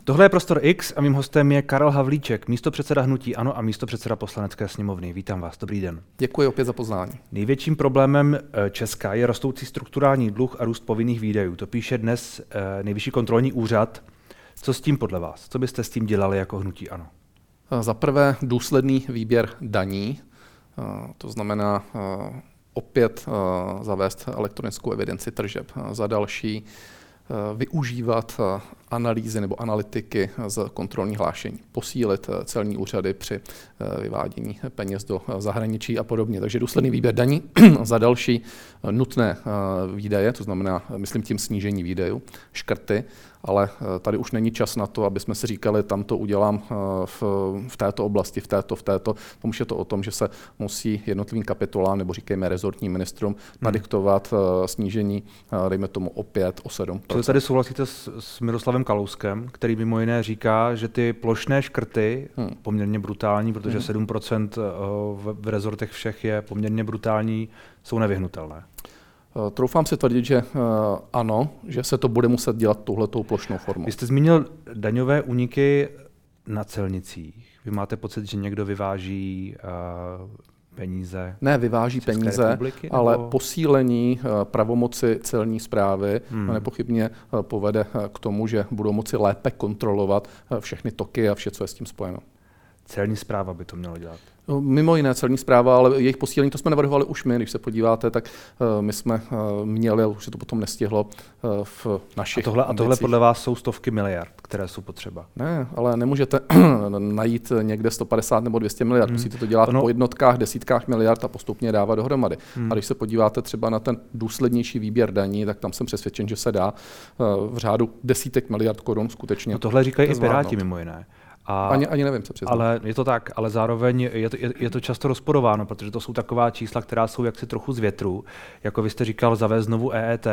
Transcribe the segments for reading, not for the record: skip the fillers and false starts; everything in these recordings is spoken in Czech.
Tohle je Prostor X a mým hostem je Karel Havlíček, místopředseda hnutí ANO a místopředseda Poslanecké sněmovny. Vítám vás, dobrý den. Děkuji opět za pozvání. Největším problémem Česka je rostoucí strukturální dluh a růst povinných výdajů. To píše dnes Nejvyšší kontrolní úřad. Co s tím podle vás? Co byste s tím dělali jako hnutí ANO? Za prvé důsledný výběr daní, to znamená opět zavést elektronickou evidenci tržeb. Za další využívat analýzy nebo analytiky z kontrolních hlášení, posílit celní úřady při vyvádění peněz do zahraničí a podobně. Takže důsledný výběr daní, za další nutné výdaje, to znamená, myslím tím snížení výdajů, škrty, ale tady už není čas na to, aby jsme si říkali, tam to udělám v této oblasti, v této. Pomůže to o tom, že se musí jednotlivým kapitolám, nebo říkejme rezortním ministrům, nadiktovat snížení, dejme tomu o 5, o 7%. Co tady souhlasíte s Miroslavem Kalouskem, který mimo jiné říká, že ty plošné škrty, poměrně brutální, protože 7% v rezortech všech je poměrně brutální, jsou nevyhnutelné? Troufám si tvrdit, že ano, že se to bude muset dělat touhletou plošnou formou. Vy jste zmínil daňové úniky na celnicích. Vy máte pocit, že někdo vyváží peníze? Ne, vyváží peníze, republiky, ale posílení pravomoci celní správy nepochybně povede k tomu, že budou moci lépe kontrolovat všechny toky a vše, co je s tím spojeno. Celní správa by to mělo dělat. Mimo jiné celní správa, ale jejich posílení, to jsme navrhovali už my, když se podíváte, tak my jsme měli, ale už se to potom nestihlo v našich A tohle podle vás jsou stovky miliard, které jsou potřeba? Ne, ale nemůžete najít někde 150 nebo 200 miliard, musíte to dělat po jednotkách, desítkách miliard a postupně dávat dohromady. A když se podíváte třeba na ten důslednější výběr daní, tak tam jsem přesvědčen, že se dá v řádu desítek miliard korun skutečně. No tohle říkají i Piráti mimo jiné. Ani nevím, co přiznat. Ale je to tak, ale zároveň je to často rozporováno, protože to jsou taková čísla, která jsou jaksi trochu z větru. Jako vy jste říkal, zavést znovu EET,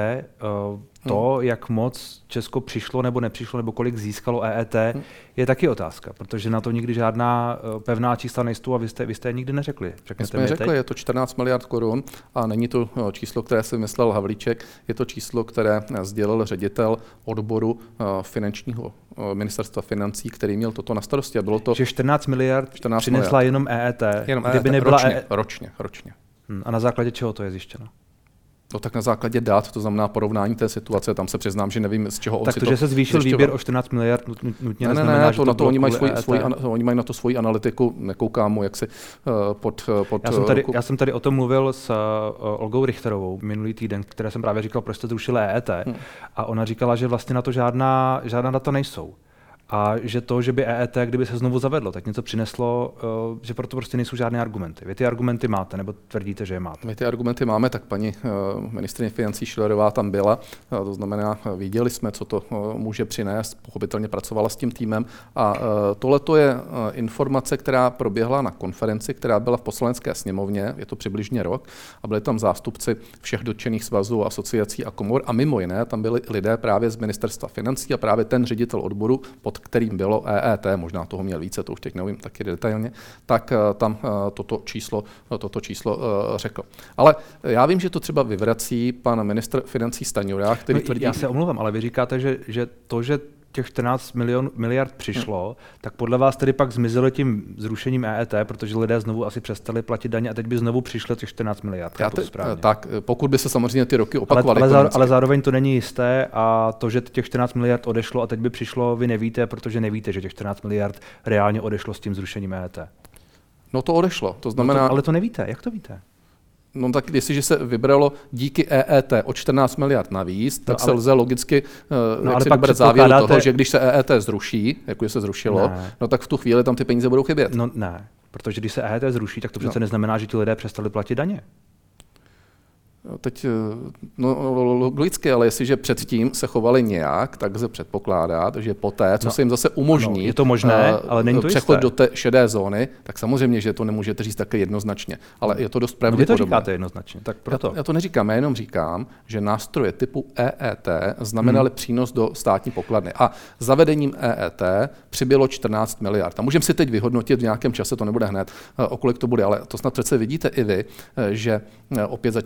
jak moc Česko přišlo nebo nepřišlo, nebo kolik získalo EET, je taky otázka, protože na to nikdy žádná pevná čísla nejsou a vy jste je nikdy neřekli. My jsme řekli, je to 14 miliard korun a není to číslo, které si myslel Havlíček, je to číslo, které sdělil ředitel odboru finančního ministerstva financí, který měl toto na starosti. A bylo to, že 14 miliard přinesla jenom EET, kdyby nebyla ročně. A na základě čeho to je zjištěno? No tak na základě dat, to znamená porovnání té situace, tam se přiznám, že nevím, z čeho on tak si to, že se zvýšil výběr o 14 miliard, nutně neznamená, že to oni mají na to svoji analytiku, nekoukám mu jaksi pod já jsem tady o tom mluvil s Olgou Richterovou minulý týden, které jsem právě říkal, proč jste zrušili EET, a ona říkala, že vlastně na to žádná data nejsou. A že to, že by EET, kdyby se znovu zavedlo, tak něco přineslo, že proto prostě nejsou žádné argumenty. Vy ty argumenty máte, nebo tvrdíte, že je máte? My ty argumenty máme, tak paní ministryně financí Schillerová tam byla, to znamená, viděli jsme, co to může přinést, pochopitelně pracovala s tím týmem a tohleto je informace, která proběhla na konferenci, která byla v Poslanecké sněmovně, je to přibližně rok, a byli tam zástupci všech dotčených svazů, asociací a komor a mimo jiné tam byli lidé právě z ministerstva financí a právě ten ředitel odboru, pod kterým bylo EET, možná toho měl více, to už teď nevím taky detailně, tak tam toto číslo řekl. Ale já vím, že to třeba vyvrací pan ministr financí Stanjura, který tvrdí... Já se omlouvám, ale vy říkáte, že těch 14 miliard přišlo, tak podle vás tedy pak zmizelo tím zrušením EET, protože lidé znovu asi přestali platit daně a teď by znovu přišlo těch 14 miliard. Tak, pokud by se samozřejmě ty roky opakovaly. Ale zároveň to není jisté a to, že těch 14 miliard odešlo a teď by přišlo, vy nevíte, protože nevíte, že těch 14 miliard reálně odešlo s tím zrušením EET. No to odešlo, to znamená... Ale to nevíte, jak to víte? No tak jestliže se vybralo díky EET o 14 miliard navíc, tak se lze logicky vybrat závěr toho, že když se EET zruší, jako se zrušilo, no tak v tu chvíli tam ty peníze budou chybět. No ne, protože když se EET zruší, tak to přece neznamená, že ti lidé přestali platit daně. Teď, logicky, ale jestliže předtím se chovali nějak, tak se předpokládá, že poté, co se jim zase umožní je to možné, ale není to přechod jisté. do té šedé zóny, tak samozřejmě, že to nemůžete říct také jednoznačně, ale je to dost pravděpodobné. Vy to říkáte jednoznačně, tak proto. Já to neříkám, já jenom říkám, že nástroje typu EET znamenaly přínos do státní pokladny a zavedením EET přibylo 14 miliard. A můžeme si teď vyhodnotit v nějakém čase, to nebude hned, o kolik to bude, ale to snad přece vidíte i vy, že opět začíná to, že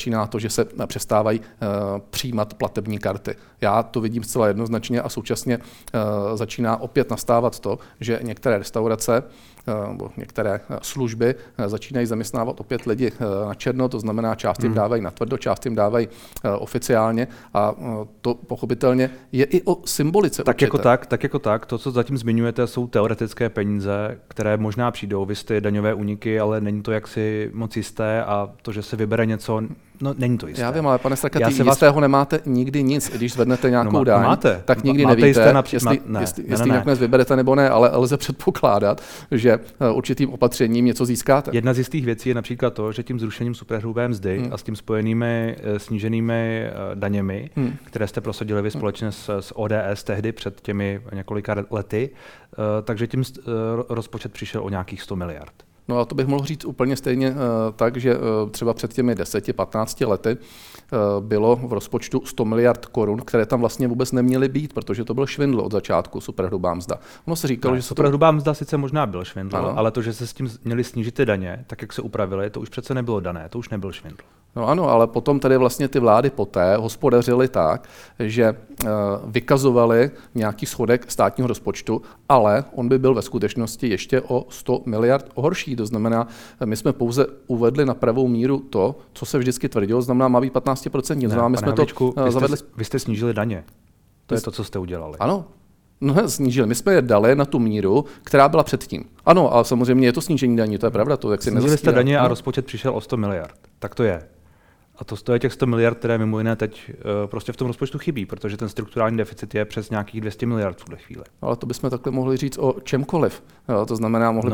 že se přestávají přijímat platební karty. Já to vidím zcela jednoznačně a současně začíná opět nastávat to, že některé restaurace nebo některé služby začínají zaměstnávat opět lidi na černo, to znamená část jim dávají na tvrdo, část jim dávají oficiálně a to pochopitelně je i o symbolice. Tak jako tak, to, co zatím zmiňujete, jsou teoretické peníze, které možná přijdou, vy jste daňové úniky, ale není to jaksi moc jisté a to, že se vybere něco, no není to jisté. Já vím, ale pane Straka, jistého nemáte nikdy nic, když zvednete nějakou daň, máte. tak nikdy máte nevíte, jestli nakonec vyberete nebo ne, ale lze předpokládat, že určitým opatřením něco získáte. Jedna z jistých věcí je například to, že tím zrušením superhrubé mzdy a s tím spojenými sníženými daněmi, které jste prosadili vy společně s ODS tehdy před těmi několika lety, takže tím rozpočet přišel o nějakých 100 miliard. No a to bych mohl říct úplně stejně tak, že třeba před těmi 10-15 lety bylo v rozpočtu 100 miliard korun, které tam vlastně vůbec neměly být, protože to byl švindl od začátku, superhrubá mzda. Ono se říkalo, že superhrubá mzda sice možná byl švindl, ale to, že se s tím měli snížit ty daně, tak jak se upravili, to už přece nebylo dané, to už nebyl švindl. No ano, ale potom tady vlastně ty vlády poté hospodařily tak, že vykazovaly nějaký schodek státního rozpočtu, ale on by byl ve skutečnosti ještě o 100 miliard horší. To znamená, my jsme pouze uvedli na pravou míru to, co se vždycky tvrdilo, znamená má být 15%. Znamená, my jsme Havlíčku, to zavedli. Vy jste snížili daně. To je to, co jste udělali. Ano. No, snížili. My jsme je dali na tu míru, která byla předtím. Ano, ale samozřejmě je to snížení daní, to je pravda. To, jak si snížili jste daně a rozpočet přišel o 100 miliard. Tak to je. A to je těch 100 miliard, které mimo jiné teď prostě v tom rozpočtu chybí, protože ten strukturální deficit je přes nějakých 200 miliard v tuhle chvíli. Ale to bychom takhle mohli říct o čemkoliv. Jo, to znamená, mohli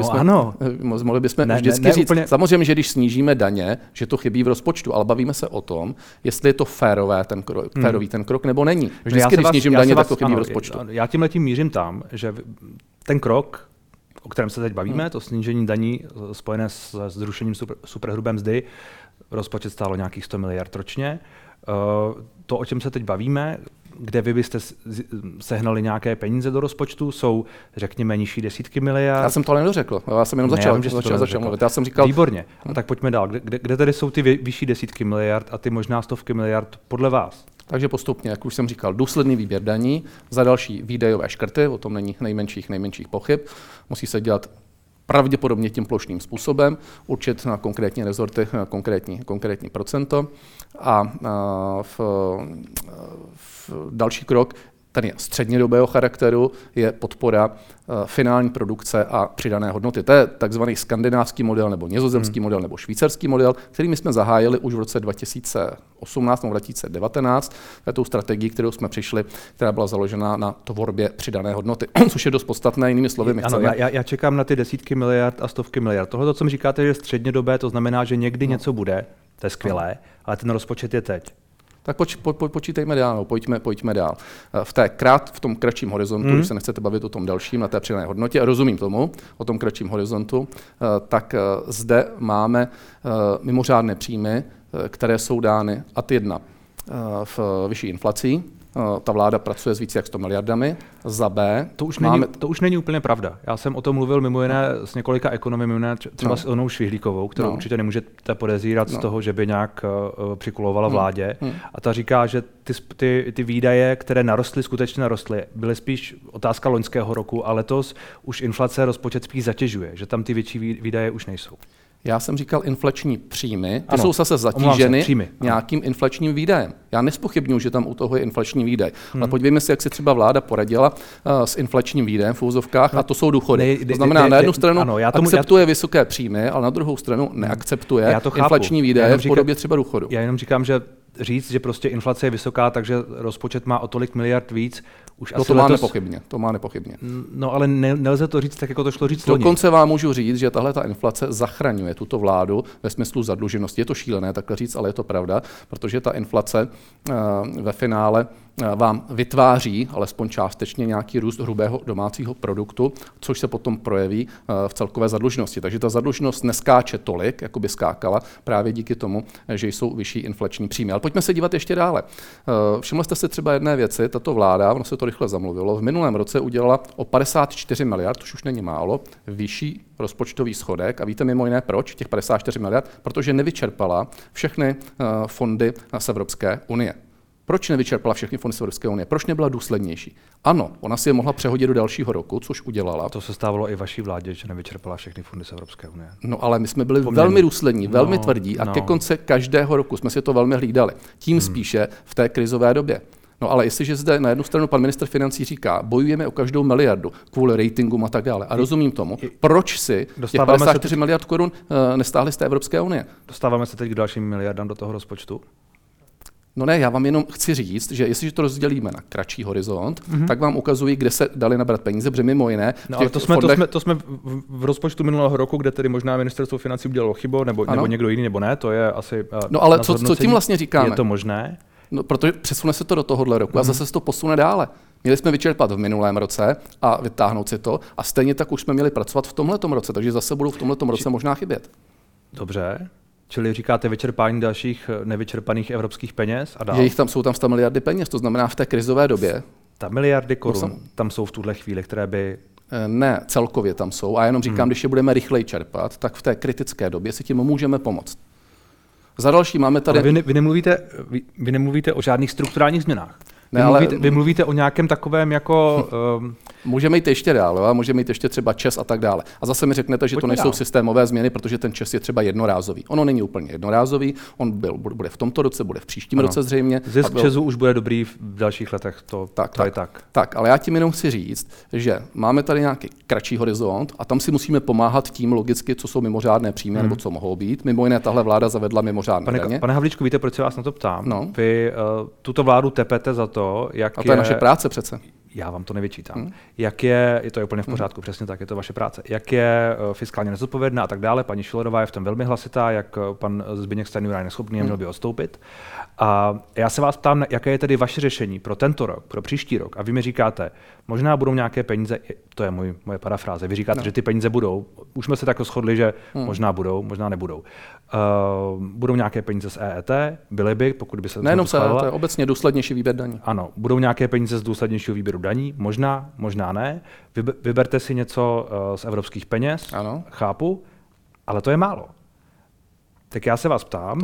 bychom vždycky říct, úplně. Samozřejmě, že když snížíme daně, že to chybí v rozpočtu, ale bavíme se o tom, jestli je to férový ten krok, nebo není. Vždycky, když snížím daně, tak to chybí v rozpočtu. Já tímhletím mířím tam, že ten krok, o kterém se teď bavíme, to snížení daní spojené s zrušením superhrubé mzdy, rozpočet stálo nějakých 100 miliard ročně. To, o čem se teď bavíme, kde vy byste sehnali nějaké peníze do rozpočtu, jsou, řekněme, nižší desítky miliard. Já jsem to ale nedořekl, já jsem jenom začal mluvit. Já jsem říkal... Výborně, a tak pojďme dál. Kde tedy jsou ty vyšší desítky miliard a ty možná stovky miliard podle vás? Takže postupně, jak už jsem říkal, důsledný výběr daní, za další výdajové škrty, o tom není nejmenších pochyb, musí se dělat pravděpodobně tím plošným způsobem, určit na konkrétní rezorty konkrétní procento a v další krok, ten je střednědobého charakteru, je podpora finální produkce a přidané hodnoty. To je takzvaný skandinávský model nebo nizozemský model nebo švýcarský model, který my jsme zahájili už v roce 2018 nebo 2019. To je tou strategii, kterou jsme přišli, která byla založena na tvorbě přidané hodnoty, což je dost podstatné, jinými slovy. Ano, já čekám na ty desítky miliard a stovky miliard. Tohle, co mi říkáte, je střednědobé, to znamená, že někdy něco bude, to je skvělé, ale ten rozpočet je teď. Tak počítejme dál, pojďme dál. V tom kratším horizontu, když se nechcete bavit o tom dalším, na té přidané hodnotě, a rozumím tomu, o tom kratším horizontu, tak zde máme mimořádné příjmy, které jsou dány ad 1 v vyšší inflací. Ta vláda pracuje s více jak 100 miliardami. Za B. To už není úplně pravda. Já jsem o tom mluvil mimo jiné s několika ekonomy, mimo jiné třeba s Onou Švihlíkovou, kterou určitě nemůžete podezírat z toho, že by nějak přikulovala vládě. A ta říká, že ty výdaje, které skutečně narostly, byly spíš otázka loňského roku, a letos už inflace rozpočet spíš zatěžuje, že tam ty větší výdaje už nejsou. Já jsem říkal inflační příjmy, ty jsou zase zatíženy nějakým inflačním výdajem. Já nespochybnuju, že tam u toho je inflační výdaj. Ale podívejme si, jak si třeba vláda poradila s inflačním výdajem v úvozovkách, a to jsou důchody. To znamená, na jednu stranu akceptuje vysoké příjmy, ale na druhou stranu neakceptuje inflační výdaje v podobě třeba důchodu. Já jenom říkám, že říct, že prostě inflace je vysoká, takže rozpočet má o tolik miliard víc. To má nepochybně. No ale nelze to říct tak, jako to šlo říct loni. Dokonce vám můžu říct, že tahle ta inflace zachraňuje tuto vládu ve smyslu zadluženosti. Je to šílené takhle říct, ale je to pravda, protože ta inflace ve finále vám vytváří alespoň částečně nějaký růst hrubého domácího produktu, což se potom projeví v celkové zadluženosti. Takže ta zadluženost neskáče tolik, jako by skákala, právě díky tomu, že jsou vyšší inflační příjmy. Ale pojďme se dívat ještě dále. Všimli jste si třeba jedné věci, tato vláda, ono se to rychle zamluvilo, v minulém roce udělala o 54 miliard, což už není málo, vyšší rozpočtový schodek. A víte mimo jiné proč těch 54 miliard? Protože nevyčerpala všechny fondy z Evropské unie. Proč nevyčerpala všechny fondy z Evropské unie? Proč nebyla důslednější? Ano, ona si je mohla přehodit do dalšího roku, což udělala. To se stávalo i vaší vládě, že nevyčerpala všechny fondy z Evropské unie. No ale my jsme byli velmi důslední, velmi tvrdí a ke konci každého roku jsme si to velmi hlídali. Tím spíše v té krizové době. No ale jestliže zde na jednu stranu pan ministr financí říká, bojujeme o každou miliardu kvůli ratingům a tak dále. A rozumím tomu, proč si těch 54 miliard korun nestáhli z té Evropské unie. Dostáváme se teď k dalším miliardám do toho rozpočtu? No ne, já vám jenom chci říct, že jestliže to rozdělíme na kratší horizont, tak vám ukazuji, kde se dali nabrat peníze, protože mimo jiné... No ale to jsme v rozpočtu minulého roku, kde tedy možná ministerstvo financí udělalo chybu, nebo někdo jiný, nebo ne, to je asi... No ale co tím vlastně říkáme? Je to možné? No, protože přesune se to do tohohle roku a zase se to posune dále. Měli jsme vyčerpat v minulém roce a vytáhnout si to a stejně tak už jsme měli pracovat v tomhletom roce, takže zase budou v tomhletom roce možná chybět. Dobře. Čili říkáte vyčerpání dalších nevyčerpaných evropských peněz a dál? Jsou tam 100 miliardy peněz, to znamená v té krizové době. Ta miliardy korun tam jsou v tuhle chvíli, které by... Ne, celkově tam jsou a jenom říkám, když je budeme rychleji čerpat, tak v té kritické době si tím můžeme pomoct. Za další máme tady... Ale vy nemluvíte o žádných strukturálních změnách. Vy mluvíte o nějakém takovém jako... Můžeme jít ještě dál, a můžeme jít ještě třeba ČES a tak dále. A zase mi řeknete, že to nejsou systémové změny, protože ten ČES je třeba jednorázový. Ono není úplně jednorázový, on bude v tomto roce, bude v příštím roce zřejmě. Zisk ČESu už bude dobrý v dalších letech, to je tak. Tak, ale já tím jenom chci říct, že máme tady nějaký kratší horizont a tam si musíme pomáhat tím logicky, co jsou mimořádné příjmy nebo co mohou být. Mimo jiné tahle vláda zavedla mimořádné daně. Pane Havlíčku, víte, proč se vás na to ptám? No. Vy tuto vládu tepete za to, jak a to je naše práce přece. Já vám to nevyčítám. Jak je to úplně v pořádku, přesně tak, je to vaše práce. Jak je fiskálně nezodpovědná a tak dále. Paní Schillerová je v tom velmi hlasitá, jak pan Zbyněk Stanjura je neschopný a měl by odstoupit. A já se vás ptám, jaké je tedy vaše řešení pro tento rok, pro příští rok. A vy mi říkáte, možná budou nějaké peníze, to je moje parafráze, vy říkáte, že ty peníze budou. Už jsme se tak shodli, že možná budou, možná nebudou. Budou nějaké peníze z EET, byly by, pokud by se to nejenom z EET, obecně důslednější výběr daní. Ano, budou nějaké peníze z důslednějšího výběru daní, možná ne. Vyberte si něco z evropských peněz, ano. Chápu, ale to je málo. Tak já se vás ptám,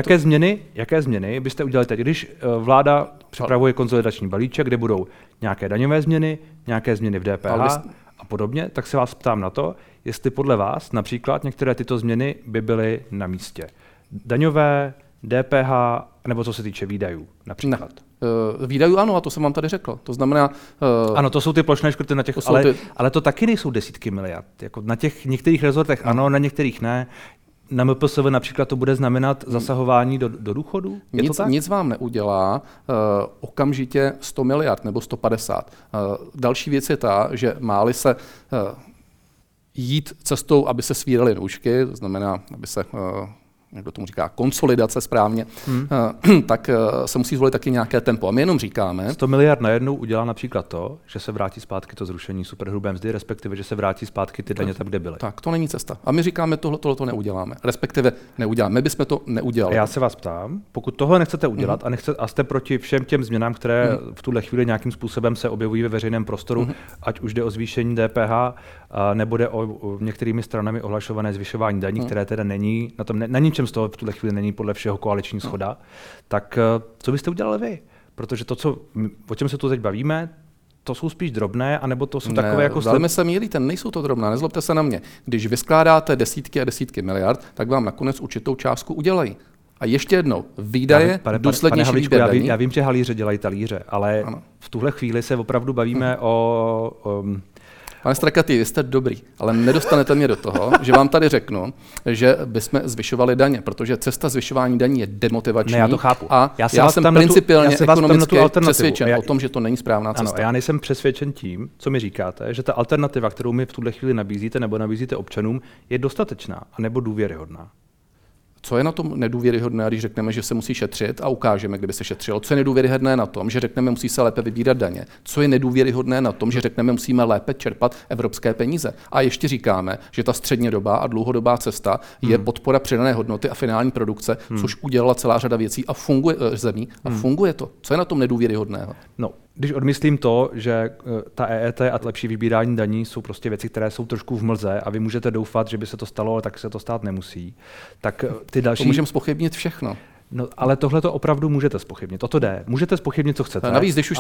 jaké změny byste udělali teď, když vláda připravuje konsolidační balíček, kde budou nějaké daňové změny, nějaké změny v DPH a podobně, tak se vás ptám na to, jestli podle vás například některé tyto změny by byly na místě. Daňové, DPH, nebo co se týče výdajů například. Výdajů ano, a to jsem vám tady řekl. To znamená... Ano, to jsou ty plošné škrty na těch, ale to taky nejsou desítky miliard. Jako na těch některých rezortech ano, na některých ne. Na MPSV například to bude znamenat zasahování do důchodu? Nic vám neudělá okamžitě 100 miliard nebo 150. Další věc je ta, že máli se jít cestou, aby se svíraly nůžky, to znamená, aby se... někdo tomu říká konsolidace správně, tak se musí zvolit taky nějaké tempo. A my jenom říkáme... 100 miliard najednou udělá například to, že se vrátí zpátky to zrušení superhrubé mzdy, respektive, že se vrátí zpátky ty daně tam, kde byly. Tak, to není cesta. A my říkáme, tohle neuděláme. Respektive neuděláme. My bychom to neudělali. Já se vás ptám, pokud tohle nechcete udělat a jste proti všem těm změnám, které v tuhle chvíli nějakým způsobem se objevují ve veřejném prostoru, ať už jde o zvýšení DPH, nebo jde o některými stranami ohlašované zvyšování daní, které teda není na ničem z toho v tuhle chvíli není podle všeho koaliční shoda, tak co byste udělali vy? Protože to, o čem se tu teď bavíme, to jsou spíš drobné, anebo to jsou takové jako... Velmi se mýlíte, nejsou to drobná, nezlobte se na mě. Když vyskládáte desítky a desítky miliard, tak vám nakonec určitou částku udělají. A ještě jednou, výdaje, důslednější výběr daní. Já vím, že halíře dělají talíře, ale v tuhle chvíli se opravdu bavíme o Pane Strakatý, vy jste dobrý, ale nedostanete mě do toho, že vám tady řeknu, že bychom zvyšovali daně, protože cesta zvyšování daní je demotivační. Ne, já to chápu. A já jsem principiálně ekonomicky přesvědčen o tom, že to není správná cesta. Ano, já nejsem přesvědčen tím, co mi říkáte, že ta alternativa, kterou mi v tuhle chvíli nabízíte nebo nabízíte občanům, je dostatečná a nebo důvěryhodná. Co je na tom nedůvěryhodné, když řekneme, že se musí šetřit a ukážeme, kdyby se šetřilo? Co je nedůvěryhodné na tom, že řekneme, musí se lépe vybírat daně? Co je nedůvěryhodné na tom, že řekneme, musíme lépe čerpat evropské peníze? A ještě říkáme, že ta střednědobá a dlouhodobá cesta je podpora přidané hodnoty a finální produkce, což udělala celá řada věcí a funguje zemí a funguje to. Co je na tom nedůvěryhodného? No, když odmyslím to, že ta EET a lepší vybírání daní jsou prostě věci, které jsou trošku v mlze a vy můžete doufat, že by se to stalo, ale tak se to stát nemusí. Tak ty další... To můžeme zpochybnit všechno. No, ale tohle to opravdu můžete zpochybnit. O to jde. Můžete zpochybnit, co chcete. Navíc, když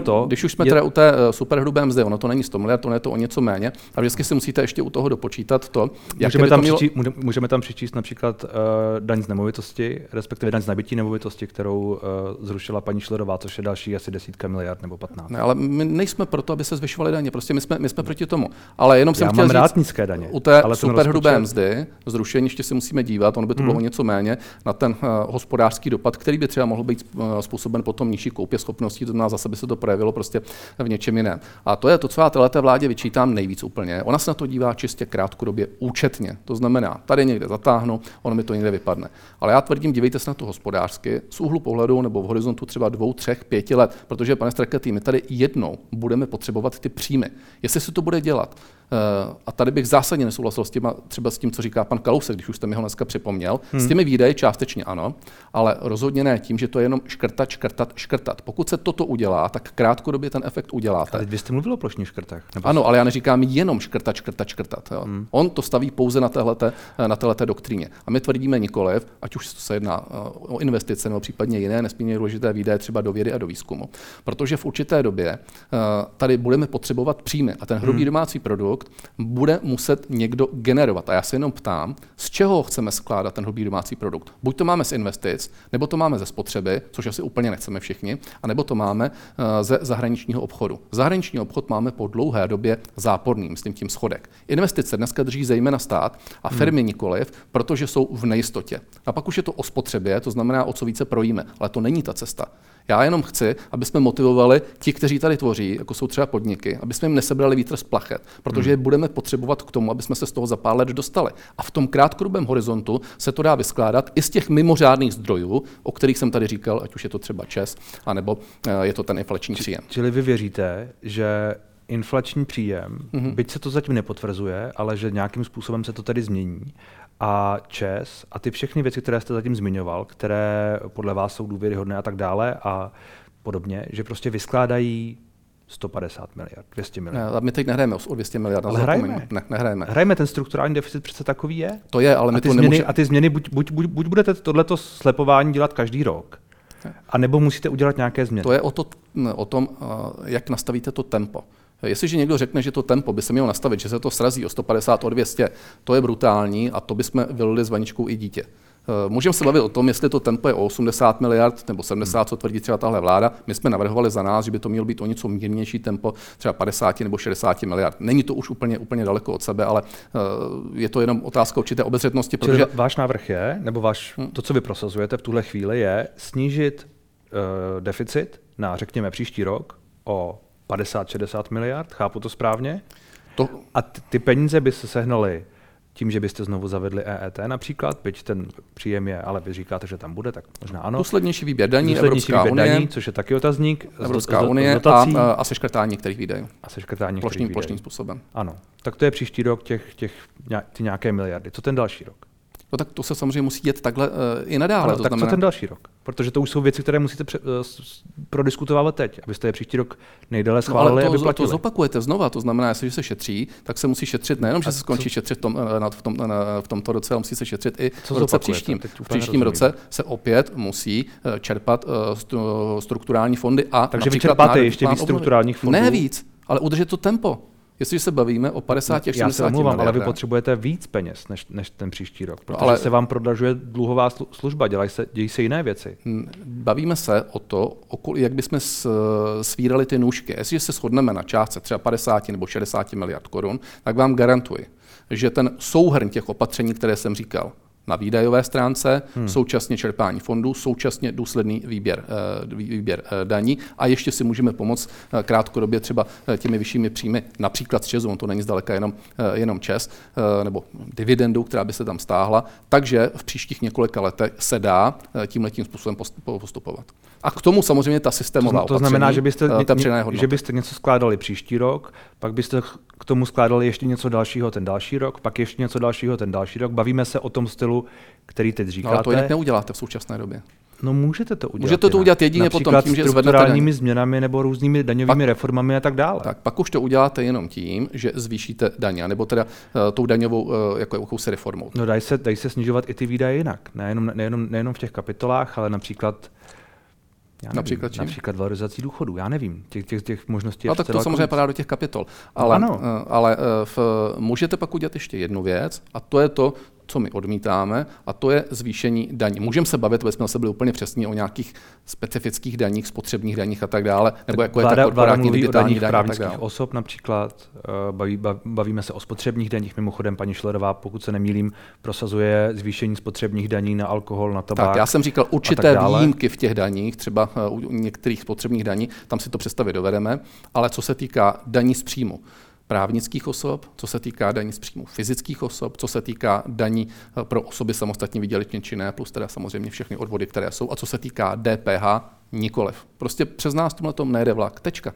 už jsme teda u té superhrubé mzdy, ono to není 100 miliard, to je to o něco méně. A vždycky si musíte ještě u toho dopočítat to, jak můžeme tam přičíst například daň z nemovitosti, respektive daň z nabytí nemovitosti, kterou zrušila paní Schillerová, což je další asi 10 miliard nebo 15. Ne, ale my nejsme proto, aby se zvyšovaly daně. Prostě my jsme proti tomu. Ale jenom jsem chtěl říct, rád nízké daně. U té superhrubé mzdy zrušení ještě si musíme dívat, ono by to bylo o něco méně na ten hospodářský dopad, který by třeba mohl být způsoben potom nižší koupěschopností, to znamená zase by se to projevilo prostě v něčem jiném. A to je to, co já této vládě vyčítám nejvíc úplně. Ona se na to dívá čistě krátkodobě účetně. To znamená, tady někde zatáhnu, ono mi to někde vypadne. Ale já tvrdím, dívejte se na to hospodářsky z úhlu pohledu nebo v horizontu třeba 2, 3, 5 let, protože pane Strakatý, my tady jednou budeme potřebovat ty příjmy. Jestli se to bude dělat, a tady bych zásadně nesouhlasil třeba s tím, co říká pan Kalousek, když už jste mi ho dneska připomněl. S těmi výdaji částečně ano, ale rozhodně ne tím, že to je jenom škrtat. Pokud se toto udělá, tak krátkodobě ten efekt uděláte. Ale vy jste mluvil o plošných škrtech. Ano, ale já neříkám jenom škrtat. Jo. On to staví pouze na téhleté doktríně. A my tvrdíme nikoliv, ať už se jedná o investice nebo případně jiné nesmírně důležité výdaje třeba do vědy a do výzkumu. Protože v určité době tady budeme potřebovat příjmy a ten hrubý domácí produkt bude muset někdo generovat. A já se jenom ptám, z čeho chceme skládat ten hrubý domácí produkt. Buď to máme z investic, nebo to máme ze spotřeby, což asi úplně nechceme všichni, anebo to máme ze zahraničního obchodu. Zahraniční obchod máme po dlouhé době záporný, myslím tím schodek. Investice dneska drží zejména stát a firmy nikoliv, protože jsou v nejistotě. A pak už je to o spotřebě, to znamená, o co více projíme, ale to není ta cesta. Já jenom chci, aby jsme motivovali ti, kteří tady tvoří, jako jsou třeba podniky, aby jsme jim nesebrali vítr z plachet, protože je budeme potřebovat k tomu, aby jsme se z toho za pár let dostali. A v tom krátkodobém horizontu se to dá vyskládat i z těch mimořádných zdrojů, o kterých jsem tady říkal, ať už je to třeba ČEZ, anebo je to ten inflační příjem. Čili vy věříte, že inflační příjem, byť se to zatím nepotvrzuje, ale že nějakým způsobem se to tady změní, a ČEZ a ty všechny věci, které jste zatím zmiňoval, které podle vás jsou důvěryhodné a tak dále a podobně, že prostě vyskládají 150 miliard, 200 miliard. Ne, my teď nehrajeme o 200 miliard. Ale hrajeme. Ne, nehrajeme. Hrajeme, ten strukturální deficit přece takový je. To je, ale my to nemůžeme. A ty změny, buď budete tohleto slepování dělat každý rok, a nebo musíte udělat nějaké změny. To je o tom, jak nastavíte to tempo. Jestliže někdo řekne, že to tempo by se mělo nastavit, že se to srazí o 150, o 200, to je brutální a to bychom vylili s vaničkou i dítě. Můžeme se bavit o tom, jestli to tempo je o 80 miliard nebo 70, co tvrdí třeba tahle vláda. My jsme navrhovali za nás, že by to mělo být o něco mírnější tempo, třeba 50 nebo 60 miliard. Není to už úplně daleko od sebe, ale je to jenom otázka určité obezřetnosti. Protože váš návrh je, nebo to, co vy prosazujete v tuhle chvíli, je snížit deficit na, řekněme, příští rok o 50-60 miliard, chápu to správně? A ty peníze by se sehnaly tím, že byste znovu zavedli EET například, byť ten příjem je, ale vy říkáte, že tam bude, tak možná ano. Důslednější výběr daní, Evropská unie, což je taky otazník. Evropská unie a seškrtání některých výdajů. Plošným způsobem. Ano, tak to je příští rok ty nějaké miliardy. Co ten další rok? No tak to se samozřejmě musí dět takhle i nadále. Ano, to tak znamená... co ten další rok? Protože to už jsou věci, které musíte prodiskutovat teď, abyste je příští rok nejdéle schválili, aby platili. To zopakujete znova, to znamená, jestli se šetří, tak se musí šetřit nejenom, že se skončí šetřit v tomto roce, ale musí se šetřit i v roce příštím. V příštím roce se opět musí čerpat strukturální fondy a takže vy čerpáte ještě víc strukturálních fondů? Ne víc, ale udržet to tempo. Jestliže se bavíme o 50 až 70 Já se omlouvám, ale vy potřebujete víc peněz než ten příští rok, protože se vám prodražuje dluhová služba, dějí se jiné věci. Bavíme se o to, jak bychom svírali ty nůžky. Jestliže se shodneme na částce třeba 50 nebo 60 miliard korun, tak vám garantuji, že ten souhrn těch opatření, které jsem říkal, na výdajové stránce, současně čerpání fondů, současně důsledný výběr daní a ještě si můžeme pomoct krátkodobě třeba těmi vyššími příjmy, například z ČEZu, on to není zdaleka jenom ČEZ, nebo dividendou, která by se tam stáhla, takže v příštích několika letech se dá tímhletím způsobem postupovat. A k tomu samozřejmě ta systémová opatření. To znamená, že byste něco skládali příští rok, pak byste k tomu skládali ještě něco dalšího ten další rok, pak ještě něco dalšího ten další rok. Bavíme se o tom stylu, který teď říkáte. No, ale to jinak neuděláte v současné době. No můžete to udělat. Můžete to udělat jedině potom tím, že zvednete strukturálními změnami nebo různými daňovými reformami a tak dále. Tak pak už to uděláte jenom tím, že zvýšíte daně, nebo teda tou daňovou jakousi reformou. No dají se snižovat i ty výdaje jinak. Nejenom v těch kapitolách, ale například například valorizací důchodů, já nevím, těch možností. No tak to samozřejmě padá do těch kapitol. Ale můžete pak udělat ještě jednu věc a to je to, co my odmítáme, a to je zvýšení daní. Můžeme se bavit, aby jsme se byli úplně přesní o nějakých specifických daních, spotřebních daních a tak dále, nebo jako je ta korporátní digitální daň a tak dále. Osob například, bavíme se o spotřebních daních, mimochodem paní Schillerová, pokud se nemýlím, prosazuje zvýšení spotřebních daní na alkohol, na tabák. Tak já jsem říkal určité výjimky v těch daních, třeba u některých spotřebních daní, tam si to představit dovedeme, ale co se týká daní z příjmu právnických osob, co se týká daní z příjmu fyzických osob, co se týká daní pro osoby samostatně výdělečně činné, plus teda samozřejmě všechny odvody, které jsou, a co se týká DPH, nikoliv. Prostě přes nás tomhletom nejde vlak. Tečka.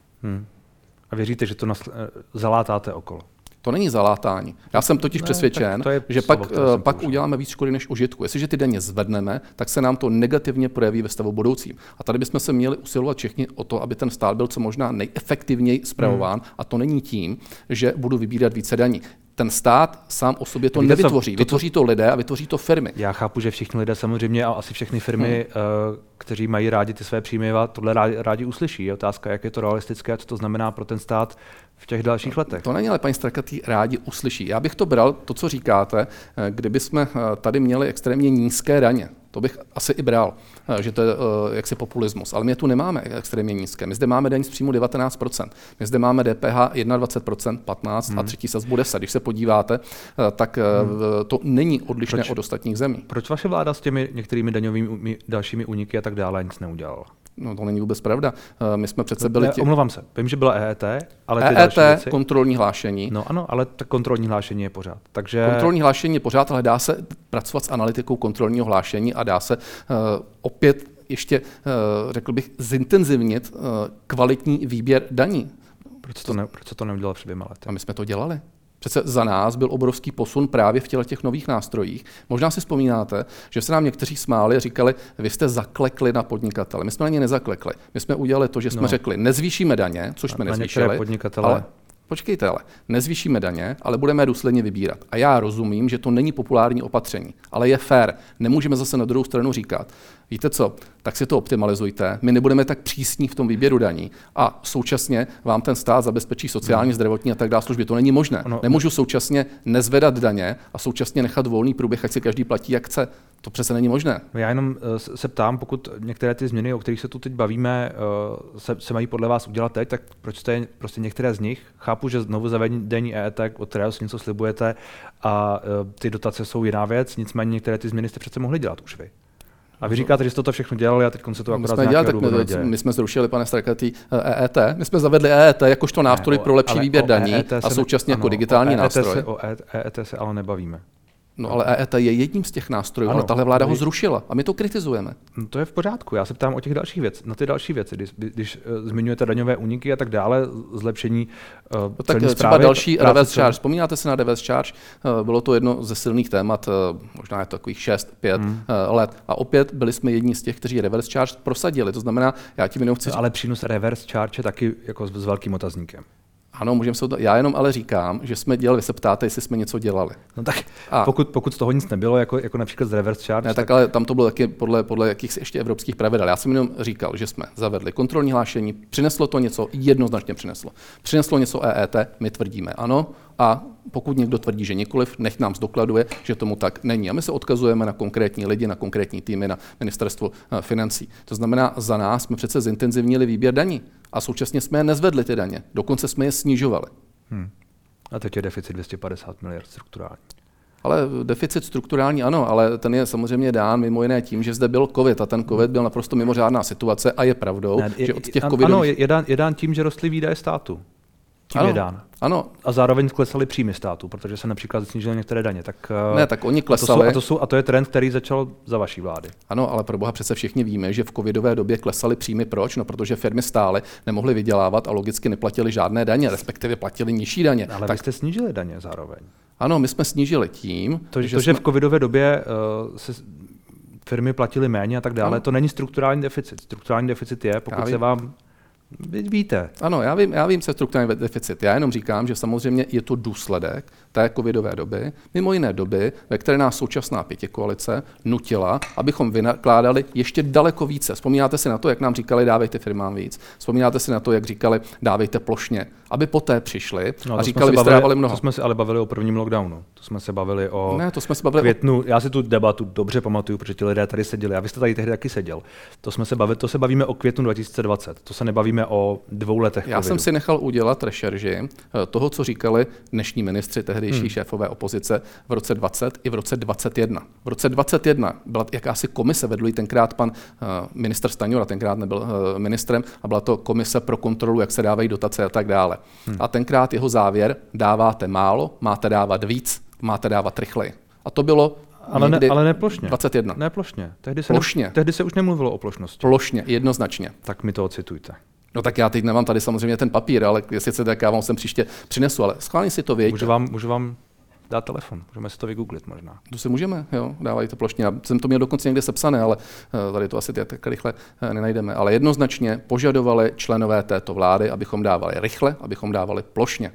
A věříte, že to zalátáte okolo? To není zalátání. Já jsem totiž přesvědčen, že pak uděláme víc škody než užitku. Jestliže ty daně zvedneme, tak se nám to negativně projeví ve stavu budoucím. A tady bychom se měli usilovat všichni o to, aby ten stát byl co možná nejefektivněji spravován. A to není tím, že budu vybírat více daní. Ten stát sám o sobě to nevytvoří. Vytvoří to lidé a vytvoří to firmy. Já chápu, že všichni lidé samozřejmě a asi všechny firmy, kteří mají rádi ty své příjmy, tohle rádi uslyší. Je otázka, jak je to realistické a co to znamená pro ten stát v těch dalších letech. To není, ale paní Strakatý rádi uslyší. Já bych to bral, to, co říkáte, kdyby jsme tady měli extrémně nízké daně. To bych asi i bral, že to je jaksi populismus. Ale my tu nemáme extrémně nízké. My zde máme daň z příjmu 19%. My zde máme DPH 21%, 15% a třetí sazbu 10%. Když se podíváte, tak to není odlišné od ostatních zemí. Proč vaše vláda s těmi některými daňovými dalšími úniky a tak dále nic neudělala? No to není vůbec pravda. My jsme přece Omlouvám se, vím, že byla EET, ale ty EET, další věci... kontrolní hlášení. No ano, ale to kontrolní hlášení je pořád. Takže... Kontrolní hlášení je pořád, ale dá se pracovat s analytikou kontrolního hlášení a dá se opět ještě, řekl bych, zintenzivnit kvalitní výběr daní. Proč to neudělal před 2 lety? A my jsme to dělali. Přece za nás byl obrovský posun právě v těch nových nástrojích. Možná si vzpomínáte, že se nám někteří smáli a říkali, vy jste zaklekli na podnikatele. My jsme na ně nezaklekli. My jsme udělali to, že jsme řekli, nezvýšíme daně, což jsme nezvýšili. Ale počkejte, nezvýšíme daně, ale budeme důsledně vybírat. A já rozumím, že to není populární opatření, ale je fér. Nemůžeme zase na druhou stranu říkat, víte co, tak si to optimalizujte, my nebudeme tak přísní v tom výběru daní a současně vám ten stát zabezpečí sociální, zdravotní a tak dále služby. To není možné. Nemůžu současně nezvedat daně a současně nechat volný průběh, ať si každý platí, jak chce. To přece není možné. Já jenom se ptám, pokud některé ty změny, o kterých se tu teď bavíme, se mají podle vás udělat teď, tak proč jste prostě některé z nich? Chápu, že znovu zavedení EET, od kterého si něco slibujete, a ty dotace jsou jiná věc, nicméně některé ty změny jste přece mohli dělat už vy. A vy říkáte, že jste to všechno dělali a teď se to akorát nějakého důvodu neděje. My jsme zrušili, pane Strakatý, EET. My jsme zavedli EET jakožto nástroj pro lepší výběr daní a současně jako digitální nástroj. O EET se ale nebavíme. No ale EET je jedním z těch nástrojů, ale tahle vláda ho zrušila a my to kritizujeme. No, to je v pořádku. Já se ptám o těch dalších věcí, na ty další věci, když zmiňujete daňové úniky a tak dále, zlepšení tak třeba další reverse charge. Vzpomínáte se na reverse charge? Bylo to jedno ze silných témat, možná je to takových 6-5 let. A opět byli jsme jedni z těch, kteří reverse charge prosadili. To znamená, já tím jenom chci... Ale přínos reverse charge je taky jako s velkým otazníkem. Ano, můžeme se já jenom ale říkám, že jsme dělali, vy se ptáte, jestli jsme něco dělali. No tak pokud z toho nic nebylo, jako například z reverse charge. Ne, tak ale tam to bylo taky podle jakých ještě evropských pravidel. Já jsem jenom říkal, že jsme zavedli kontrolní hlášení, přineslo to něco, jednoznačně přineslo. Přineslo něco EET, my tvrdíme ano, a pokud někdo tvrdí, že nikoliv, nech nám zdokladuje, že tomu tak není. A my se odkazujeme na konkrétní lidi, na konkrétní týmy, na ministerstvo financí. To znamená, za nás jsme přece zintenzivnili výběr daní a současně jsme je nezvedli ty daně, dokonce jsme je snižovali. A teď je deficit 250 miliard strukturální. Ale deficit strukturální ano, ale ten je samozřejmě dán mimo jiné tím, že zde byl covid a ten covid byl naprosto mimořádná situace a je pravdou, že od těch covidových... Ano, je dán tím, že rostly výdaje státu. Tím ano, je dán. Ano. A zároveň klesaly příjmy státu, protože se například snížily některé daně. Tak oni klesali. A to je trend, který začal za vaší vlády. Ano, ale pro boha přece všichni víme, že v covidové době klesaly příjmy. Proč? No, protože firmy stále nemohly vydělávat a logicky neplatily žádné daně, respektive platily nižší daně. Ale vy jste snížili daně zároveň. Ano, my jsme snížili tím, že v covidové době se firmy platily méně a tak dále, to není strukturální deficit. Strukturální deficit je, pokud se vám... Víte. Ano, já vím, co je strukturální deficit. Já jenom říkám, že samozřejmě je to důsledek té covidové doby, mimo jiné doby, ve které nás současná pětikoalice nutila, abychom vynakládali ještě daleko více. Vzpomínáte si na to, jak nám říkali, dávejte firmám víc. Vzpomínáte si na to, jak říkali, dávejte plošně. Aby poté přišli a říkali, vy jste dávali mnoho. To jsme se ale bavili o prvním lockdownu. To jsme se bavili o to jsme se bavili květnu. Já si tu debatu dobře pamatuju, protože ti lidé tady seděli. A vy jste tady tehdy taky seděl. To se bavíme o květnu 2020. To se nebavíme o 2 letech Já jsem si nechal udělat rešerži toho, co říkali dnešní ministři, tehdejší šéfové opozice v roce 20 i v roce 21. V roce 21 byla jakási komise, vedl ji tenkrát pan ministr Stanjura, tenkrát nebyl ministrem, a byla to komise pro kontrolu, jak se dávají dotace a tak dále. A tenkrát jeho závěr: dáváte málo, máte dávat víc, máte dávat rychleji. A to bylo ale ne plošně. 21. Ne plošně. Tehdy se už nemluvilo o plošnosti. Plošně, jednoznačně. Tak mi to ocitujte. No tak já teď nemám tady samozřejmě ten papír, ale jestli chcete, tak já vám sem příště přinesu, ale schválně si to vědět. Můžu vám dát telefon, můžeme si to vygooglit možná. To si můžeme, jo, dávají to plošně. Já jsem to měl dokonce někde sepsané, ale tady to asi tak rychle nenajdeme. Ale jednoznačně požadovali členové této vlády, abychom dávali rychle, abychom dávali plošně.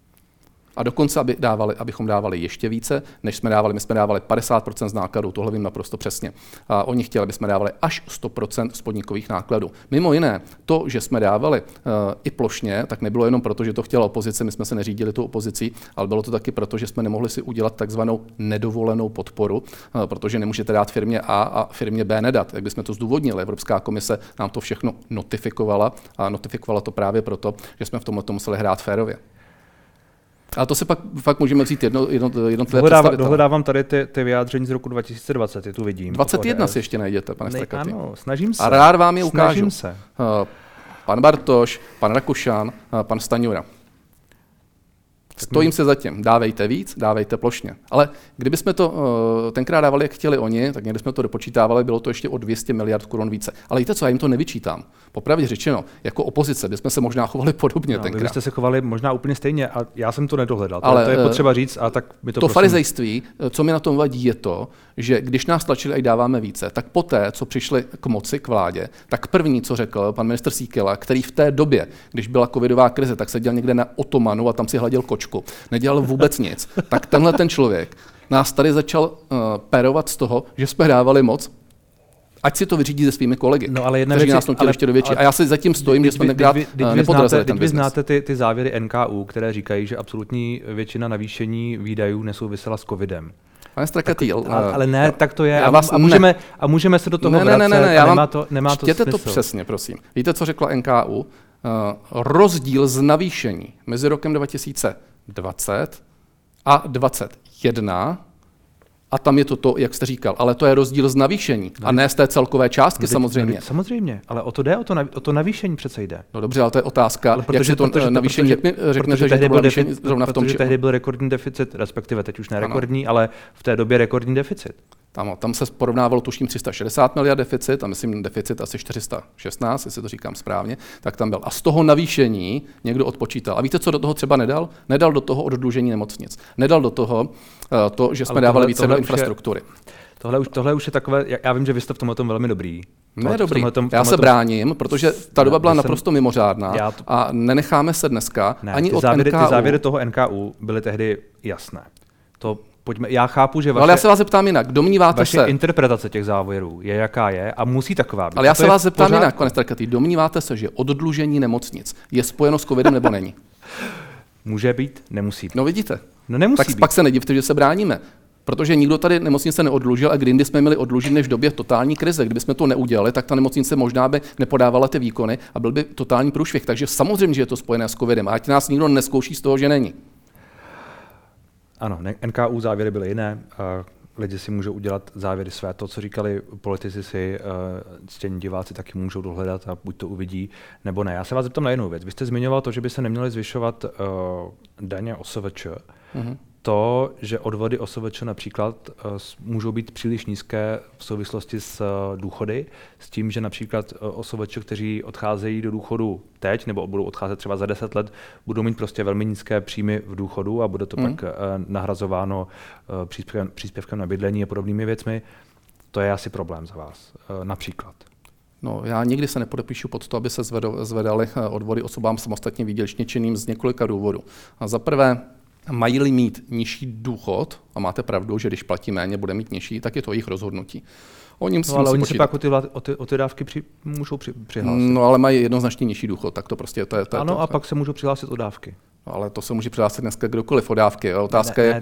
A dokonce, abychom dávali ještě více, než jsme dávali. My jsme dávali 50% z nákladů, tohle vím naprosto přesně. A oni chtěli, aby jsme dávali až 100% z podnikových nákladů. Mimo jiné, to, že jsme dávali i plošně, tak nebylo jenom proto, že to chtěla opozice, my jsme se neřídili tou opozicí, ale bylo to taky proto, že jsme nemohli si udělat takzvanou nedovolenou podporu, protože nemůžete dát firmě A a firmě B nedat. Jak bychom to zdůvodnili, Evropská komise nám to všechno notifikovala a notifikovala to právě proto, že jsme v tomhle museli hrát férově. A to se pak fakt můžeme vzít jednotlivé představitele. Dohledávám tady ty vyjádření z roku 2020, je tu vidím. 21 si ještě najděte, pane Strakaty. Ano, snažím se. A rád vám je ukážu. Snažím se. Pan Bartoš, pan Rakušan, pan Stanjura. Stojím se za tím. Dávejte víc, dávejte plošně. Ale kdybychom to tenkrát dávali, jak chtěli oni, tak někdy jsme to dopočítávali, bylo to ještě o 200 miliard korun více. Ale víte co, já jim to nevyčítám. Popravdě řečeno, jako opozice bychom se možná chovali podobně tenkrát. Vy jste se chovali možná úplně stejně a já jsem to nedohledal. Ale to je potřeba říct a tak mi to farizejství, co mi na tom vadí, je to, že když nás tlačili, ať dáváme více, tak poté, co přišli k moci, k vládě, tak první, co řekl pan ministr Síkela, který v té době, když byla covidová krize, tak seděl někde na otomanu a tam si hladil kočku, nedělal vůbec nic, tak tenhle ten člověk nás tady začal perovat z toho, že jsme dávali moc. Ať si to vyřídí se svými kolegy, kteří nás nutili ještě do větší. A já si zatím stojím, že jsme tenkrát nepodrazili ten biznes. Vy znáte ty závěry NKÚ, které říkají, že absolutní většina navýšení výdajů nesouvisela s covidem. Pane Strakaty, ale ne, tak to je. A můžeme se do toho vracet. Nemá to čtěte smysl. To přesně, prosím. Víte, co řekla NKÚ? Rozdíl z navýšení mezi rokem 2020 a 2021, a tam je to, jak jste říkal, ale to je rozdíl z navýšení a ne z té celkové částky samozřejmě. Samozřejmě, ale o to jde, o to navýšení přece jde. No dobře, ale to je otázka, jak se to navýšení, jak mi řeknete, že to bylo navýšení zrovna v tom Protože tehdy byl rekordní deficit, respektive teď už ne rekordní, ale v té době rekordní deficit. Tam se porovnávalo tuším 360 miliard deficit a myslím deficit asi 416, jestli to říkám správně, tak tam byl. A z toho navýšení někdo odpočítal. A víte, co do toho třeba nedal? Nedal do toho oddlužení nemocnic. Nedal do toho to, že jsme dávali více do infrastruktury. Tohle už je takové, já vím, že vy jste v tomhle velmi dobrý. Dobrý. Já se bráním, protože ta doba byla naprosto mimořádná a nenecháme se dneska ani od NKÚ. Ty závěry toho NKÚ byly tehdy jasné. Já chápu, že ale já se vás zeptám jinak. Vaše interpretace těch závěrů je, jaká je a musí taková být. Ale já se vás zeptám jinak, pane Strakaty. Domníváte se, že oddlužení nemocnic je spojeno s covidem nebo není? Může být, nemusí být. No vidíte. No nemusí tak být. Pak se nedivte, že se bráníme. Protože nikdo tady nemocnice neoddlužil a kdy jsme měli oddlužit než v době totální krize. Kdybychom to neudělali, tak ta nemocnice možná by nepodávala ty výkony a byl by totální průšvih. Takže samozřejmě, že je to spojené s covidem. A ať nás nikdo neskouší z toho, že není. Ano, NKÚ závěry byly jiné. Lidi si můžou udělat závěry své. To, co říkali politici, si ctění diváci taky můžou dohledat a buď to uvidí, nebo ne. Já se vás zeptám na jednu věc. Vy jste zmiňoval to, že by se neměly zvyšovat daně OSVČ. Mm-hmm. To, že odvody OSVČ například můžou být příliš nízké v souvislosti s důchody, s tím, že například OSVČ, kteří odcházejí do důchodu teď nebo budou odcházet třeba za 10 let, budou mít prostě velmi nízké příjmy v důchodu a bude to pak nahrazováno příspěvkem na bydlení a podobnými věcmi. To je asi problém za vás, například. No, já nikdy se nepodepíšu pod to, aby se zvedaly odvody osobám samostatně výdělečně činným z několika důvodů. A za prvé, mají-li mít nižší důchod, a máte pravdu, že když platí méně, bude mít nižší, tak je to jejich rozhodnutí. Oni se pak o ty dávky můžou přihlásit. No, ale mají jednoznačně nižší důchod, tak to prostě to je. Ano, a pak se můžou přihlásit o dávky. Ale to se může přihlásit dneska kdokoliv o dávky. Jo. Otázka je,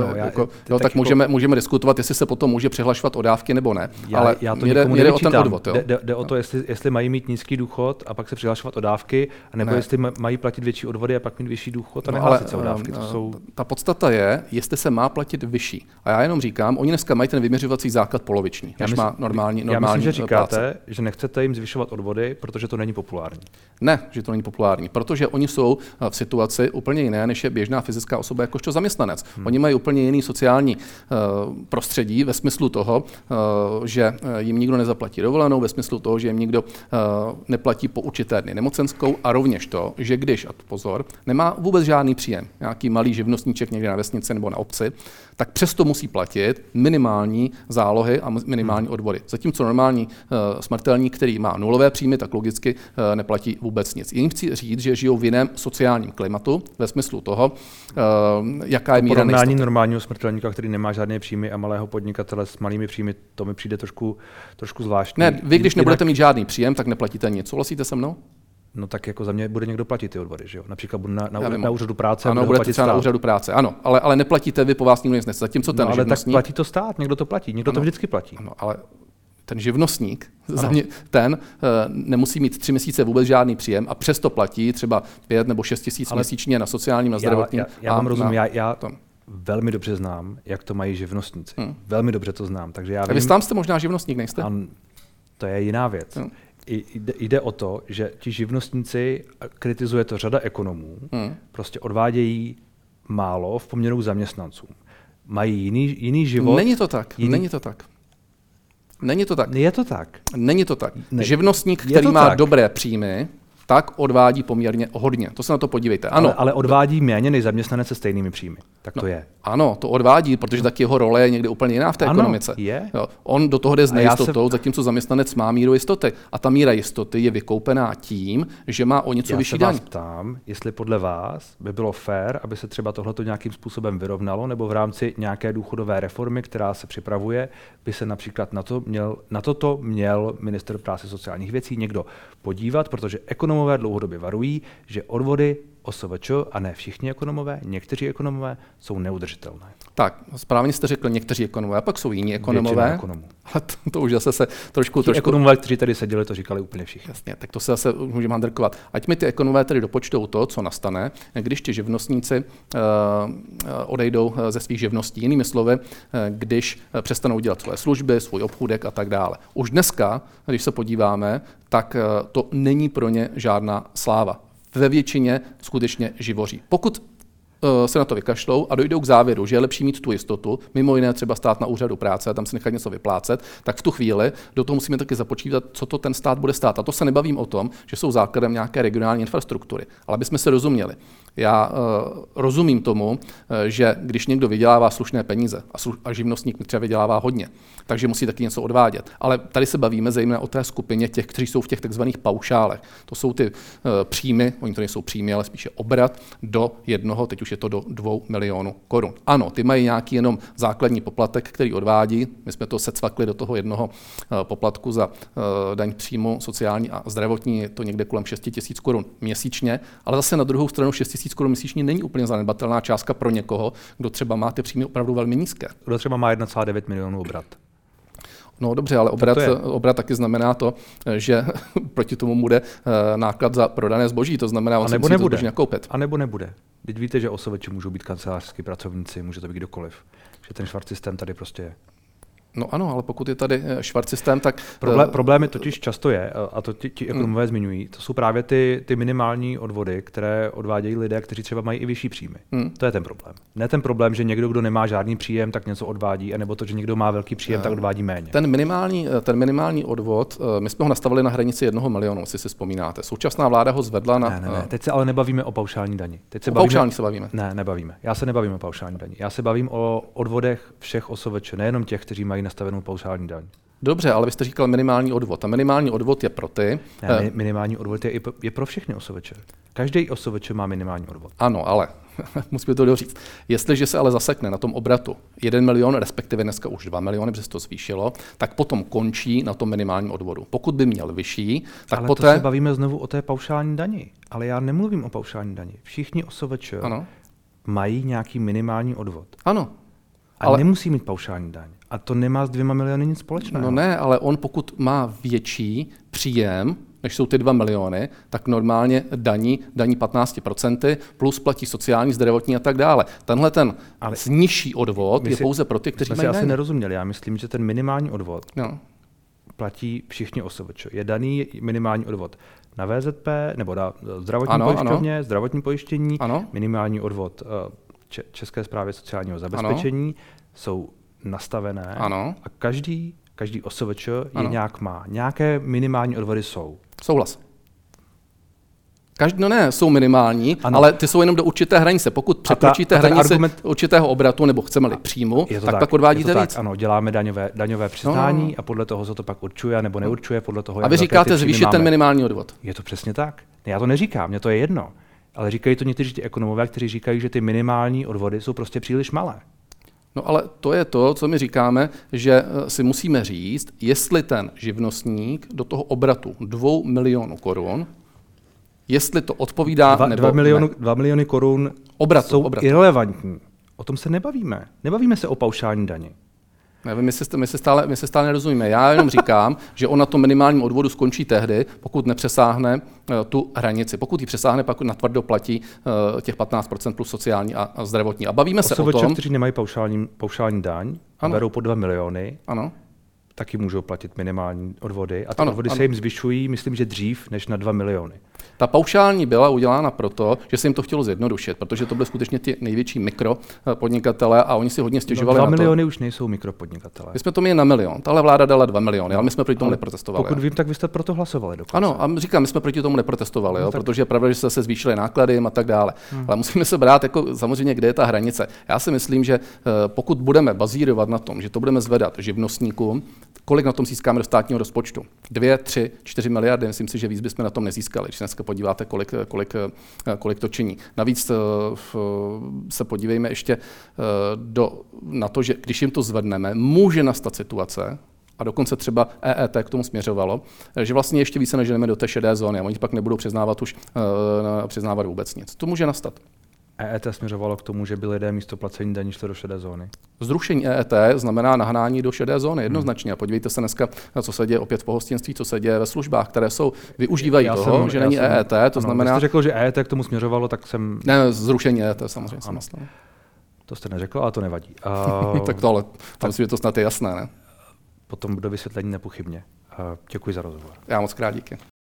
tak můžeme diskutovat, jestli se potom může přihlašovat o dávky nebo ne. Ale já to jde o ten odvod. Jde o to, jestli mají mít nízký důchod a pak se přihlašovat o dávky, nebo jestli mají platit větší odvody a pak mít vyšší důchod a nehlásit se o dávky. Ta podstata je, jestli se má platit vyšší. A já jenom říkám, oni dneska mají ten vyměřovací základ poloviční, než má normální Já myslím, že říkáte, práce. že nechcete jim zvyšovat odvody, protože to není populární. Ne, že to není populární, protože oni jsou v situaci úplně jiné, než je běžná fyzická osoba jakožto zaměstnanec. Oni mají úplně jiný sociální prostředí ve smyslu toho, že jim nikdo nezaplatí dovolenou, ve smyslu toho, že jim nikdo neplatí po určité dny nemocenskou a rovněž to, že když, a pozor, nemá vůbec žádný příjem, nějaký malý živnostníček někde na vesnici nebo na obci, tak přesto musí platit minimální zálohy a minimální odvody. Zatímco normální smrtelník, který má nulové příjmy, tak logicky neplatí vůbec nic. Jím chci říct, že žijou v jiném sociálním klimatu ve smyslu toho, jaká je míra nejistoty. Porovnání normálního smrtelníka, který nemá žádné příjmy, a malého podnikatele s malými příjmy, to mi přijde trošku zvláštní. Ne, vy když nebudete mít žádný příjem, tak neplatíte nic. Souhlasíte se mnou? No tak jako za mě bude někdo platit ty odvody, že jo? Například bude na úřadu práce. Ano, budete třeba na úřadu práce, ano, ale neplatíte vy, po vás nikdo nic nechce. Zatímco ten ale živnostník... tak platí to stát, někdo to platí, někdo to vždycky platí. Ano, ale ten živnostník, ten nemusí mít 3 měsíce vůbec žádný příjem a přesto platí třeba 5 nebo 6 tisíc měsíčně na sociálním, na zdravotním. Já vám rozumím, já velmi dobře znám, jak to mají živnostníci. Velmi dobře to znám, takže já vím... A vy sám jste možná živnostník, nejste? To je jiná věc. Jde o to, že ti živnostníci, kritizuje to řada ekonomů, prostě odvádějí málo v poměru k zaměstnancům. Mají jiný život. Není to tak. Není to tak. Je to tak. Není to tak. Živnostník, který má dobré příjmy, tak odvádí poměrně hodně. To se na to podívejte. Ano. Ale odvádí méně než zaměstnanec se stejnými příjmy. Tak to je. Ano, to odvádí, protože taky jeho role je někde úplně jiná v té ekonomice. Je. Jo, on do toho jde s nejistotou, zatímco zaměstnanec má míru jistoty. A ta míra jistoty je vykoupená tím, že má o něco vyšší daň. Já se vás ptám, jestli podle vás by bylo fér, aby se třeba tohleto nějakým způsobem vyrovnalo, nebo v rámci nějaké důchodové reformy, která se připravuje, by se například na toto měl ministr práce sociálních věcí někdo podívat, protože ekonomové dlouhodobě varují, že odvody OSVČ, a ne všichni ekonomové, někteří ekonomové jsou neudržitelné. Tak, správně jste řekl někteří ekonomové, a pak jsou jiní ekonomové. Ale to už zase se trošku... Ekonomové, kteří tady seděli, to říkali úplně všichni. Jasně, tak to se zase můžeme handrkovat. Ať mi ty ekonomové tedy dopočtou to, co nastane, když ti živnostníci odejdou ze svých živností. Jinými slovy, když přestanou dělat svoje služby, svůj obchůdek a tak dále. Už dneska, když se podíváme, tak to není pro ně žádná sláva. Ve většině skutečně živoří. Pokud se na to vykašlou a dojdou k závěru, že je lepší mít tu jistotu, mimo jiné třeba stát na úřadu práce a tam si nechat něco vyplácet, tak v tu chvíli do toho musíme taky započítat, co to ten stát bude stát. A to se nebavím o tom, že jsou základem nějaké regionální infrastruktury, ale abychom se rozuměli. Já rozumím tomu, že když někdo vydělává slušné peníze a živnostník třeba vydělává hodně, takže musí taky něco odvádět. Ale tady se bavíme zejména o té skupině těch, kteří jsou v těch takzvaných paušálech. To jsou ty příjmy, oni to nejsou příjmy, ale spíše obrat do jednoho, teď už je to do 2 milionů korun. Ano, ty mají nějaký jenom základní poplatek, který odvádí. My jsme to secvakli do toho jednoho poplatku za daň příjmu sociální a zdravotní, je to někde kolem 6 000 korun měsíčně, ale zase na druhou stranu 6 000 korun měsíčně není úplně zanedbatelná částka pro někoho, kdo třeba má ty příjmy opravdu velmi nízké. Kdo třeba má 1,9 milionů obrat. No dobře, ale obrat taky znamená to, že proti tomu bude náklad za prodané zboží, to znamená, on si musí to zboží nakoupit. A nebo nebude. Teď víte, že OSVČ můžou být kancelářský pracovníci, může to být kdokoliv. Že ten švart systém tady prostě je. No ano, ale pokud je tady švart systém, tak... Problémy totiž často je, a to ti ekonomové zmiňují, to jsou právě ty minimální odvody, které odvádějí lidé, kteří třeba mají i vyšší příjmy. To je ten problém. Ne ten problém, že někdo, kdo nemá žádný příjem, tak něco odvádí, anebo to, že někdo má velký příjem, tak odvádí méně. Ten minimální odvod, my jsme ho nastavili na hranici 1 milionu, jestli si vzpomínáte. Současná vláda ho zvedla na... Ne. Teď se ale nebavíme o paušální dani. Paušální se bavíme. Ne, nebavíme. Já se nebavím o paušální dani. Já se bavím o odvodech všech OSVČ, nejenom těch, kteří mají nastavenou paušální daň. Dobře, ale vy jste říkal minimální odvod. A minimální odvod je pro ty... Minimální odvod je pro všechny OSVČ. Každý OSVČ má minimální odvod. Ano, ale musíme to doříct. Jestliže se ale zasekne na tom obratu 1 milion, respektive dneska už 2 miliony, protože se to zvýšilo, tak potom končí na tom minimálním odvodu. Pokud by měl vyšší, tak ale poté... to se bavíme znovu o té paušální dani. Ale já nemluvím o paušální dani. Všichni OSVČ mají nějaký minimální odvod. Ano. Ale nemusí mít paušální daň. A to nemá s 2 miliony nic společného. No ne, ale on pokud má větší příjem, než jsou ty 2 miliony, tak normálně daní 15%, plus platí sociální, zdravotní a tak dále. Tenhle ten nižší odvod je pouze pro ty, kteří mají asi nerozuměli. Já myslím, že ten minimální odvod platí všichni OSVČ. Je daný minimální odvod na VZP nebo na zdravotní pojišťovně, zdravotní pojištění, minimální odvod České správě sociálního zabezpečení jsou nastavené a každý OSVČ je nějak má. Nějaké minimální odvody jsou. Souhlas. Jsou minimální, ale ty jsou jenom do určité hranice. Pokud překročíte hranici určitého obratu nebo chceme-li příjmu, tak pak odvádíte víc. Ano, děláme daňové přiznání a podle toho se to pak určuje nebo neurčuje podle toho. A vy říkáte zvýšit ten minimální odvod. Je to přesně tak. Já to neříkám, mně to je jedno. Ale říkají to někteří ekonomové, kteří říkají, že ty minimální odvody jsou prostě příliš malé. No ale to je to, co my říkáme, že si musíme říct, jestli ten živnostník do toho obratu 2 milionů korun, jestli to odpovídá nebo 2 miliony korun jsou irelevantní. O tom se nebavíme. Nebavíme se o paušální dani. Nevím, my se stále nerozumíme. Já jenom říkám, že on na tom minimálním odvodu skončí tehdy, pokud nepřesáhne tu hranici. Pokud ji přesáhne, pak natvrdo platí těch 15% plus sociální a zdravotní. A bavíme se o tom... kteří nemají paušální daň a berou po 2 miliony, taky můžou platit minimální odvody. A ty odvody se jim zvyšují, myslím, že dřív než na 2 miliony. Ta paušální byla udělána proto, že se jim to chtělo zjednodušit, protože to byly skutečně ti největší mikropodnikatelé a oni si hodně stěžovali na to. 2 miliony už nejsou mikropodnikatelé. My jsme to měli na milion, tahle vláda dala 2 miliony, ale my jsme proti tomu neprotestovali. Pokud vím, tak vy jste proto hlasovali dokonce. Ano, a říkám, my jsme proti tomu neprotestovali, protože je pravda, že se zvýšily náklady a tak dále. Ale musíme se brát jako samozřejmě, kde je ta hranice. Já si myslím, že pokud budeme bazírovat na tom, že to budeme zvedat živnostníkům, kolik na tom získáme do státního rozpočtu? 2, 3, 4 miliardy, myslím si, že víc bychom na tom nezískali. Když dneska podíváte, kolik to činí. Navíc se podívejme ještě na to, že když jim to zvedneme, může nastat situace, a dokonce třeba EET k tomu směřovalo, že vlastně ještě více neženeme do té šedé zóny a oni pak nebudou přiznávat vůbec nic. To může nastat. EET směřovalo k tomu, že by lidé místo placení daní šli do šedé zóny. Zrušení EET znamená nahnání do šedé zóny jednoznačně. A podívejte se dneska, co se děje opět v pohostinství, co se děje ve službách, které využívají toho, že není EET, to znamená... Když jste řekl, že EET k tomu směřovalo, tak jsem... Ne, zrušení EET samozřejmě. To jste neřekl, ale to nevadí. Tak to ale, myslím, že to snad je jasné, ne? Potom do vysvětlení nepochybně. Děkuji za rozhovor. Já moc krát díky.